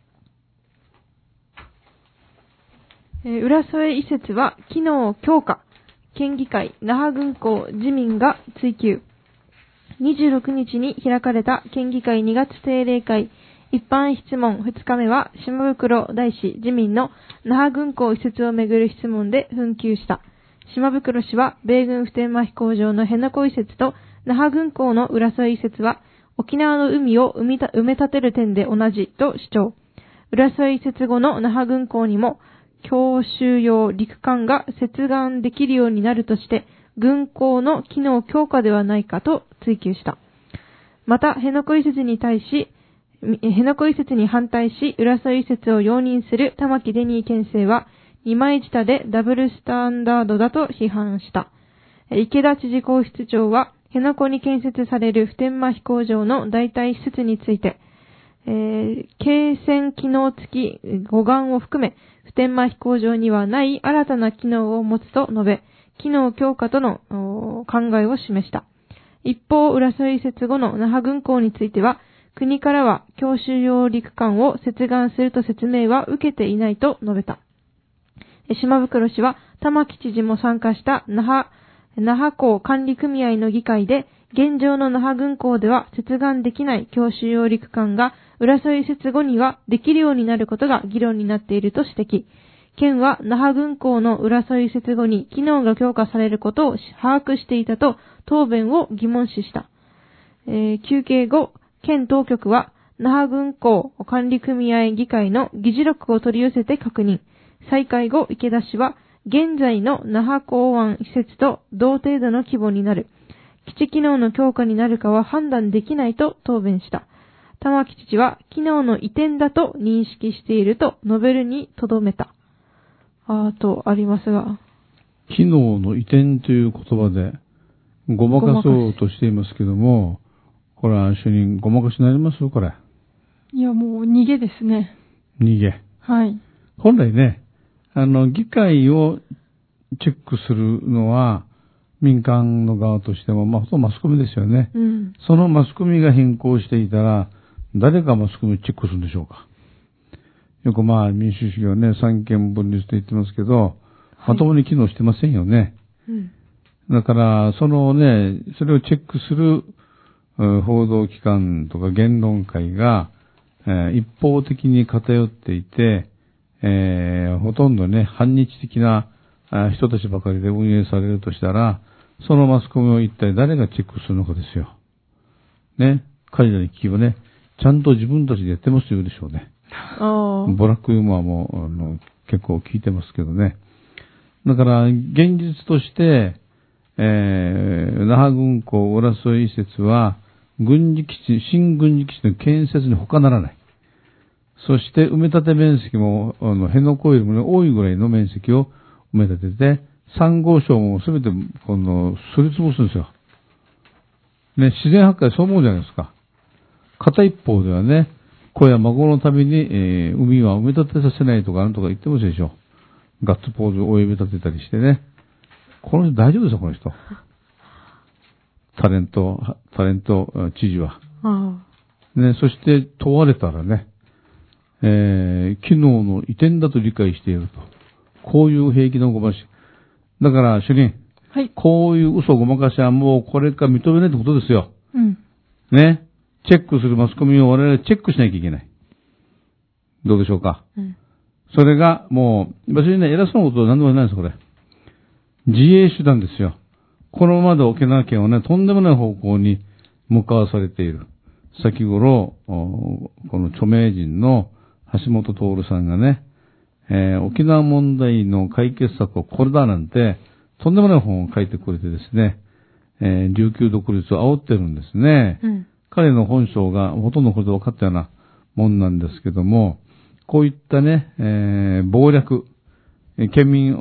えー、浦添移設は機能強化。県議会、那覇軍港自民が追及。にじゅうろくにちに開かれた県議会にがつ定例会一般質問ふつかめは島袋大使自民の那覇軍港移設をめぐる質問で紛糾した。島袋氏は米軍普天間飛行場の辺野古移設と那覇軍港の浦添移設は沖縄の海を埋め立てる点で同じと主張。浦添移設後の那覇軍港にも強襲用陸艦が接岸できるようになるとして軍港の機能強化ではないかと追及した。また、辺野古移設に対し、辺野古移設に反対し、浦添移設を容認する玉城デニー県政は、二枚舌でダブルスタンダードだと批判した。池田知事公室長は、辺野古に建設される普天間飛行場の代替施設について、えー、継戦機能付き護岸を含め、普天間飛行場にはない新たな機能を持つと述べ、機能強化との考えを示した。一方、浦添移設後の那覇軍港については、国からは強襲用陸艦を接岸すると説明は受けていないと述べた。島袋氏は、玉城知事も参加した那覇、那覇港管理組合の議会で、現状の那覇軍港では接岸できない強襲用陸艦が浦添移設後にはできるようになることが議論になっていると指摘。県は那覇軍港の浦添移設後に機能が強化されることを把握していたと答弁を疑問視した。えー、休憩後、県当局は那覇軍港管理組合議会の議事録を取り寄せて確認。再開後、池田氏は現在の那覇港湾施設と同程度の規模になる。基地機能の強化になるかは判断できないと答弁した。玉城知事は機能の移転だと認識していると述べるにとどめた。あとありますが。 機能の移転という言葉でごまかそうとしていますけども、これは主任ごまかしになりますこれ。 いやもう逃げですね。 逃げ。 はい。 本来ね、あの、議会をチェックするのは民間の側としても、まあ、ほとんどマスコミですよね。 うん。 そのマスコミが変更していたら、誰がマスコミをチェックするんでしょうか。よくまあ民主主義はね、三権分立と言ってますけど、はい、まともに機能してませんよね。 うん。 だから、そのね、それをチェックする報道機関とか言論会が、えー、一方的に偏っていて、えー、ほとんどね、反日的な人たちばかりで運営されるとしたら、そのマスコミを一体誰がチェックするのかですよ。ね。彼らに聞けばね、ちゃんと自分たちでやってますと言うでしょうね。ブラックユーモアもあの結構聞いてますけどね。だから、現実として、えー、那覇軍港浦添移設は、軍事基地、新軍事基地の建設に他ならない。そして、埋め立て面積も、あの、辺野古よりも、ね、多いぐらいの面積を埋め立てて、珊瑚礁もすべて、この、すりつぶすんですよ。ね、自然破壊そう思うじゃないですか。片一方ではね、子や孫のために、えー、海は埋め立てさせないとかなんとか言ってますでしょ。ガッツポーズを追い立てたりしてね。この人大丈夫ですよ、この人。タレント、タレント知事は。 ああね、そして問われたらね、えー、機能の移転だと理解していると。こういう平気のごまし。だから、主任。 はい。 こういう嘘ごまかしはもうこれから認めないってことですよ。 うん。 ね。チェックするマスコミを我々チェックしなきゃいけない。どうでしょうか。 うん。 それがもう、別にね、偉そうなことは何でもないんです、これ。自衛手段ですよ。このままで沖縄県はね、とんでもない方向に向かわされている。先頃、この著名人の橋本徹さんがね、えー、沖縄問題の解決策はこれだなんて、とんでもない本を書いてくれてですね、えー、琉球独立を煽ってるんですね。 うん、 彼の本性がほとんどこれで分かったようなもんなんですけども、こういったね、えー、謀略、県民を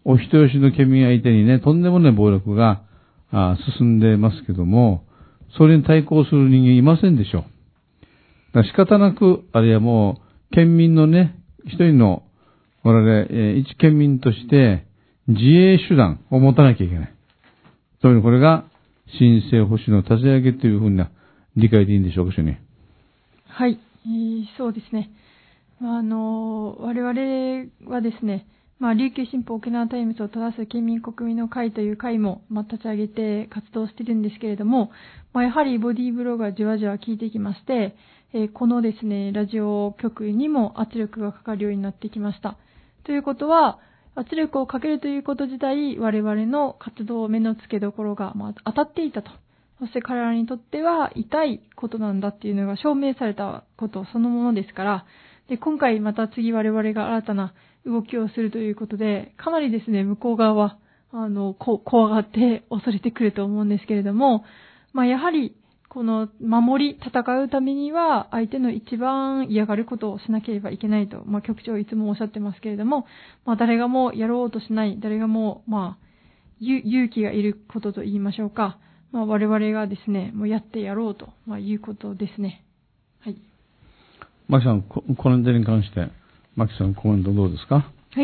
お人よしの県民相手にね、とんでもない暴力があ進んでますけども、それに対抗する人間いませんでしょう。だから仕方なく、あるいはもう、県民のね、一人の、我々、えー、一県民として、自衛手段を持たなきゃいけない。つまりこれが、新生保守の立ち上げというふうな理解でいいんでしょうか、主任。 はい、えー、そうですね。まあ、あの、我々はですね、まあ、琉球新報沖縄タイムズを正す県民国民の会という会も、まあ、立ち上げて活動しているんですけれども、まあ、やはりボディーブローがじわじわ効いてきまして、えー、このですね、ラジオ局にも圧力がかかるようになってきました。ということは、圧力をかけるということ自体、我々の活動目の付けどころが、まあ、当たっていたと。そして彼らにとっては痛いことなんだっていうのが証明されたことそのものですから、で今回また次我々が新たな動きをするということで、かなりですね、向こう側は、あの、こ怖がって恐れてくると思うんですけれども、まあやはり、この守り、戦うためには、相手の一番嫌がることをしなければいけないと、まあ局長いつもおっしゃってますけれども、まあ誰がもやろうとしない、誰がも、まあ、勇気がいることと言いましょうか、まあ我々がですね、もうやってやろうと、まあいうことですね。はい。 マキさん、こ, この点に関して、マキさんコメントどうですか？ はい。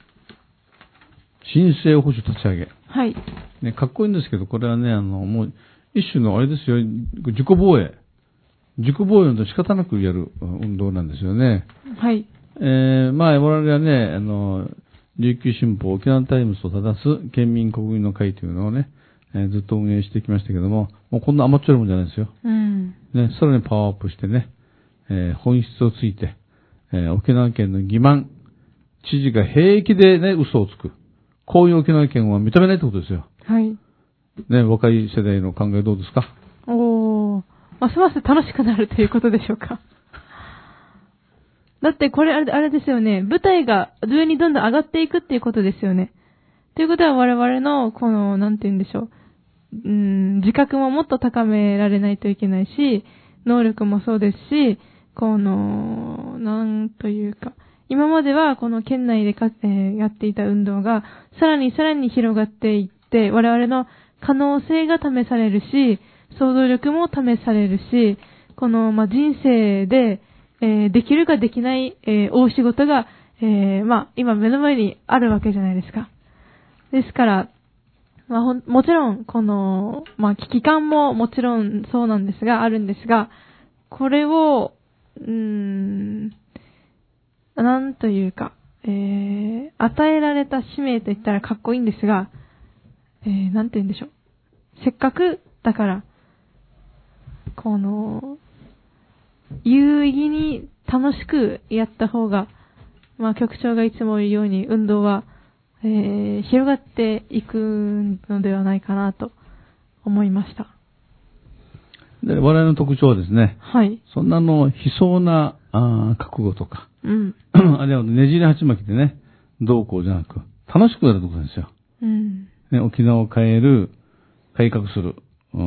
新生保守立ち上げ。 はい。 ね、かっこいいんですけど、これはね、あの、もう、一種のあれですよ、自己防衛。自己防衛の仕方なくやる運動なんですよね。 はい。 えー、まあ、我々はね、あの、琉球新報沖縄タイムズを正す県民国民の会というのをね、えー、ずっと運営してきましたけども、もうこんな甘っちょろいもんじゃないですよ。 うん。 ね、さらにパワーアップしてね、えー、本質をついて、えー、沖縄県の欺瞞、知事が平気でね、嘘をつく。こういう沖縄県は認めないってことですよ。 はい。 ね、若い世代の考えどうですか？ おー、ますます楽しくなるということでしょうか。だってこれあれ、あれですよね。舞台が上にどんどん上がっていくっていうことですよね。ということは我々の、この、なんて言うんでしょう。うーん、自覚ももっと高められないといけないし、能力もそうですし、この、なんというか、今まではこの県内でか、えー、やっていた運動が、さらにさらに広がっていって、我々の可能性が試されるし、想像力も試されるし、この、まあ、人生で、えー、できるかできない、えー、大仕事が、えー、まあ、今目の前にあるわけじゃないですか。ですから、まあ、ほん、もちろん、この、まあ、危機感ももちろんそうなんですが、あるんですが、これを、うーん、なんというか、えー、与えられた使命と言ったらかっこいいんですが、えー、なんて言うんでしょう。せっかくだから、この、有意義に楽しくやった方が、まあ局長がいつも言うように運動は、えー、広がっていくのではないかなと思いました。 で我々の特徴はですね、 はい。 そんなの悲壮なあ覚悟とか、 うん。 あるいはねじり鉢巻きでね、どうこうじゃなく、楽しくやるところですよ。 うん。 ね、沖縄を変える、改革する、うん、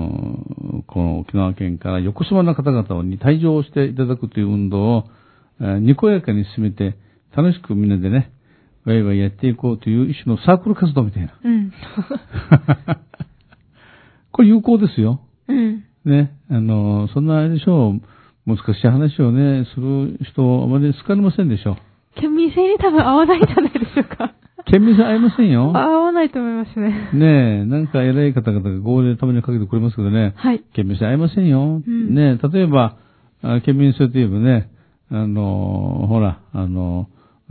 この沖縄県から横島な方々に退場していただくという運動を、えー、にこやかに進めて、楽しくみんなでね、ワイワイやっていこうという一種のサークル活動みたいな。 うん。 これ有効ですよ。 うん。 ね、あの、そんなあれでしょう、難しい話をね、する人あまり好かれませんでしょう。 県民性に多分合わないんじゃないでしょうか。 県民性合いませんよ。 合わないと思いますね。 ねえ、なんか偉い方々が号令たまにかけてくれますけどね。 はい。 県民性合いませんよ。 うん、 ねえ、例えば、県民性といえばね、あの、ほら、あの、うん、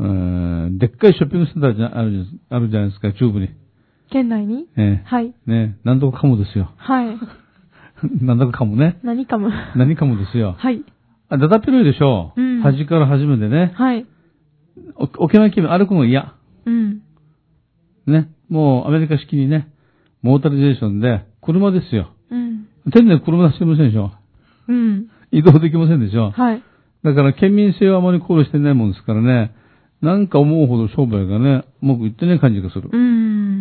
でっかいショッピングセンターじゃある、あるじゃないですか、中部に。 県内にええ、 はい。 ねえ、なんとかかもですよ。 はい。 なんだかかもね。 何かも。 何かもですよ。 はい。 あ、だだっ広いでしょう。 うん。 端から端までね。 はい。 沖縄県民歩くの嫌。 うん。 ね。もうアメリカ式にね、モータリゼーションで、車ですよ。 うん。 店内車出してませんでしょ。 うん。 移動できませんでしょ。 はい。だから県民性はあまり考慮してないもんですからね、なんか思うほど商売がね、うまくいってない感じがする。 うん。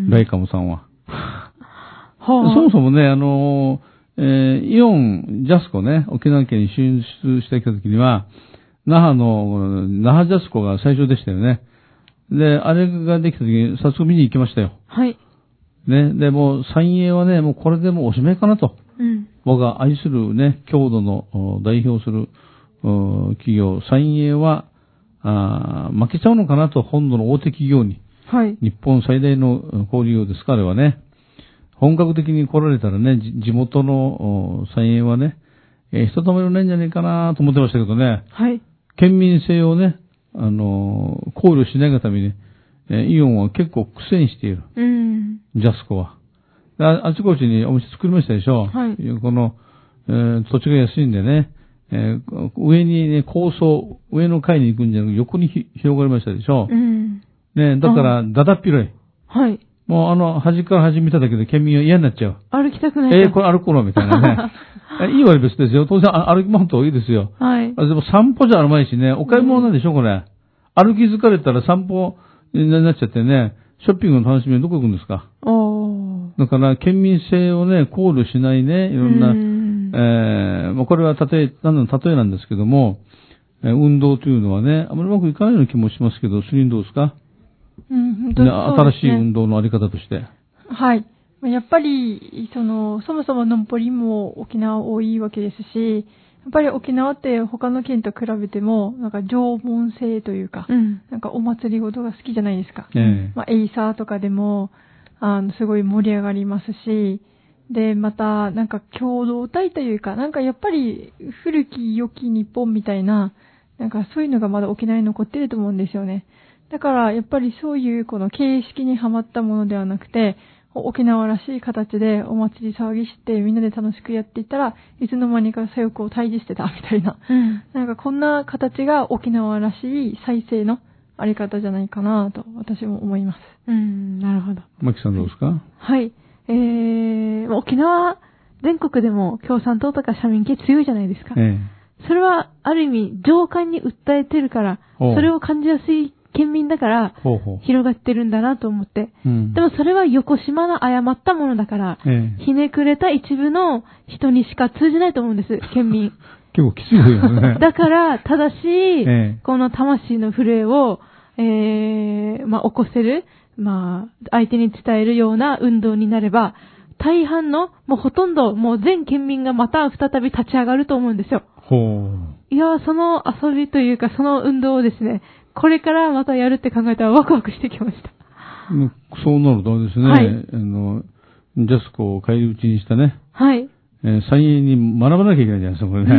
ライカムさんは。 はあ、 そもそもね、あの、えー、イオン、ジャスコね、沖縄県に進出してきたときには、那覇の、那覇ジャスコが最初でしたよね。 で、あれができた時に早速見に行きましたよ。 はい。 ね。で、もう三栄はね、もうこれでもうおしまいかなと。 うん。 僕が愛するね、郷土の代表する企業、三栄は、あ負けちゃうのかなと、本土の大手企業に。 はい。 日本最大の小売業ですか、あれはね。本格的に来られたらね、地元の三栄はね、えー、ひとたまりもないんじゃないかなと思ってましたけどね。 はい。 県民性をね、あのー、考慮しないがために、えー、イオンは結構苦戦している。 うん。 ジャスコは。あ, あちこちにお店作りましたでしょ。 はい。 この、えー、土地が安いんでね、えー、上にね、高層、上の階に行くんじゃなくて横にひ広がりましたでしょ。 うん。 ね、だから、だだっ広い。 はい。 もうあの、端から端見ただけで県民は嫌になっちゃう。 歩きたくない。 えー、これ歩こうのみたいなね。いい割別ですよ。当然歩き回った方がいいですよ。 はい。 でも散歩じゃあるまいしね、お買い物なんでしょ、これ。歩き疲れたら散歩になっちゃってね、ショッピングの楽しみはどこ行くんですか。 おー。 だから、県民性をね、考慮しないね、いろんな、んえー、まあ、これは例え、なんの例えなんですけども、えー、運動というのはね、あまりうまくいかないような気もしますけど、スリンどうですか。 うん、本当にそうですね。 新しい運動のあり方として。 はい。やっぱり、その、そもそものんぽりも沖縄多いわけですし、やっぱり沖縄って他の県と比べても、なんか縄文性というか、 うん、 なんかお祭りごとが好きじゃないですか。 えまあ、エイサーとかでも、あの、すごい盛り上がりますし、で、また、なんか共同体というか、なんかやっぱり古き良き日本みたいな、なんかそういうのがまだ沖縄に残ってると思うんですよね。だからやっぱりそういうこの形式にはまったものではなくて、沖縄らしい形でお祭り騒ぎしてみんなで楽しくやっていったらいつの間にか左翼を退治してたみたいな、 うん、 なんかこんな形が沖縄らしい再生のあり方じゃないかなと私も思います。 うん、なるほど。 マキさんどうですか。 はい、えー、沖縄全国でも共産党とか社民系強いじゃないですか。 ええ、 それはある意味情感に訴えてるから、それを感じやすい県民だからほうほう広がってるんだなと思って、 うん、 でもそれは横島の誤ったものだから、 ええ、 ひねくれた一部の人にしか通じないと思うんです、県民。 結構きついよね。 だから正しい、 ええ、 この魂の震えを、えー、まあ起こせる、まあ相手に伝えるような運動になれば、大半の、もうほとんど、もう全県民がまた再び立ち上がると思うんですよ。 ほう。いやー、その遊びというか、その運動をですね、これからまたやるって考えたらワクワクしてきました。 そうなるとですね、はい、あの、ジャスコを返り討ちにしたね。 はい。 えー、三栄に学ばなきゃいけないじゃないですか、これね。 うん。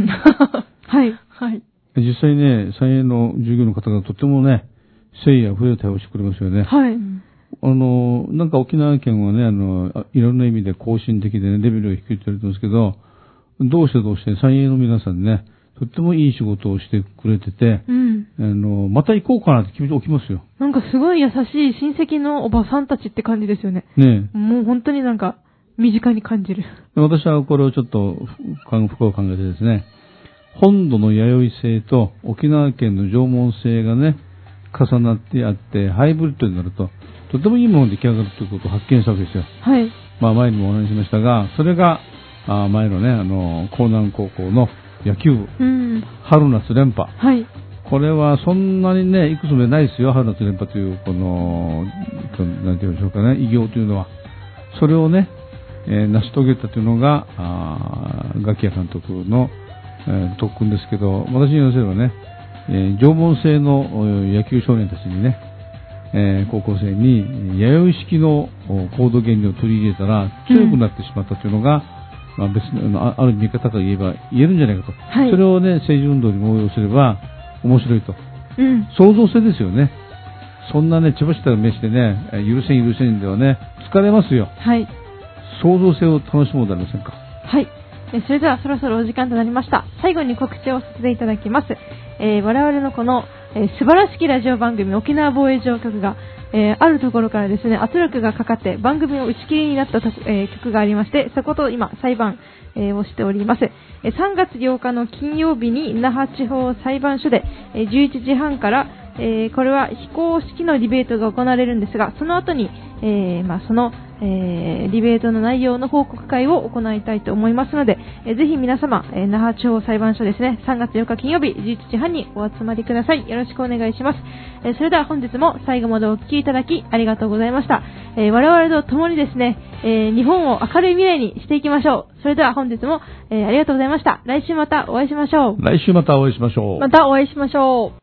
はい。 はい。 実際ね、三栄の従業員の方がとってもね、誠意あふれる対応してくれますよね。 はい。 あの、なんか沖縄県はね、あの、いろんな意味で更新的でね、レベルが低いって言われてますけど、どうしてどうして三栄の皆さんね、とってもいい仕事をしてくれてて、 うん、 あの、また行こうかなって気持ち起きますよ。 なんかすごい優しい親戚のおばさんたちって感じですよね。 ねえ。 もう本当になんか、身近に感じる。 私はこれをちょっと深く考えてですね、本土の弥生性と沖縄県の縄文性がね、重なってあって、ハイブリッドになると、とてもいいものが出来上がるということを発見したわけですよ。 はい。 まあ前にもお話ししましたが、それが、あ前のね、あの、江南高校の野球部、 うん、 春夏連覇。 はい。 これはそんなにね、いくつもないですよ、春夏連覇という、この、なんていうんでしょうかね、偉業というのは。それをね、えー、成し遂げたというのが、あガキヤ監督の、えー、特訓ですけど、私に言わせればね、えー、縄文性の野球少年たちにね、えー、高校生に弥生式の行動原理を取り入れたら強くなってしまったというのが、うん、まあ、別のある見方から言えば言えるんじゃないかと、はい、それをね政治運動に応用すれば面白いと、 うん、 創造性ですよね。そんなねちばした目してね許せん許せんではね疲れますよ。 はい。 創造性を楽しもうではありませんか。 はい。それではそろそろお時間となりました。最後に告知をさせていただきます。えー、我々のこの、えー、素晴らしきラジオ番組沖縄防衛上局が、えー、あるところからですね圧力がかかって番組を打ち切りになったと、えー、曲がありまして、そこと今裁判、えー、をしております。えー、さんがつようかの金曜日に那覇地方裁判所で、えー、じゅういちじはんから、えー、これは非公式のディベートが行われるんですが、その後に、えーまあ、そのえー、リベートの内容の報告会を行いたいと思いますので、えー、ぜひ皆様、えー、那覇地方裁判所ですね、さんがつよっか金曜日じゅういちじはんにお集まりください。よろしくお願いします。えー、それでは本日も最後までお聞きいただきありがとうございました。えー、我々と共にですね、えー、日本を明るい未来にしていきましょう。それでは本日も、えー、ありがとうございました。来週またお会いしましょう。 来週またお会いしましょう。 またお会いしましょう。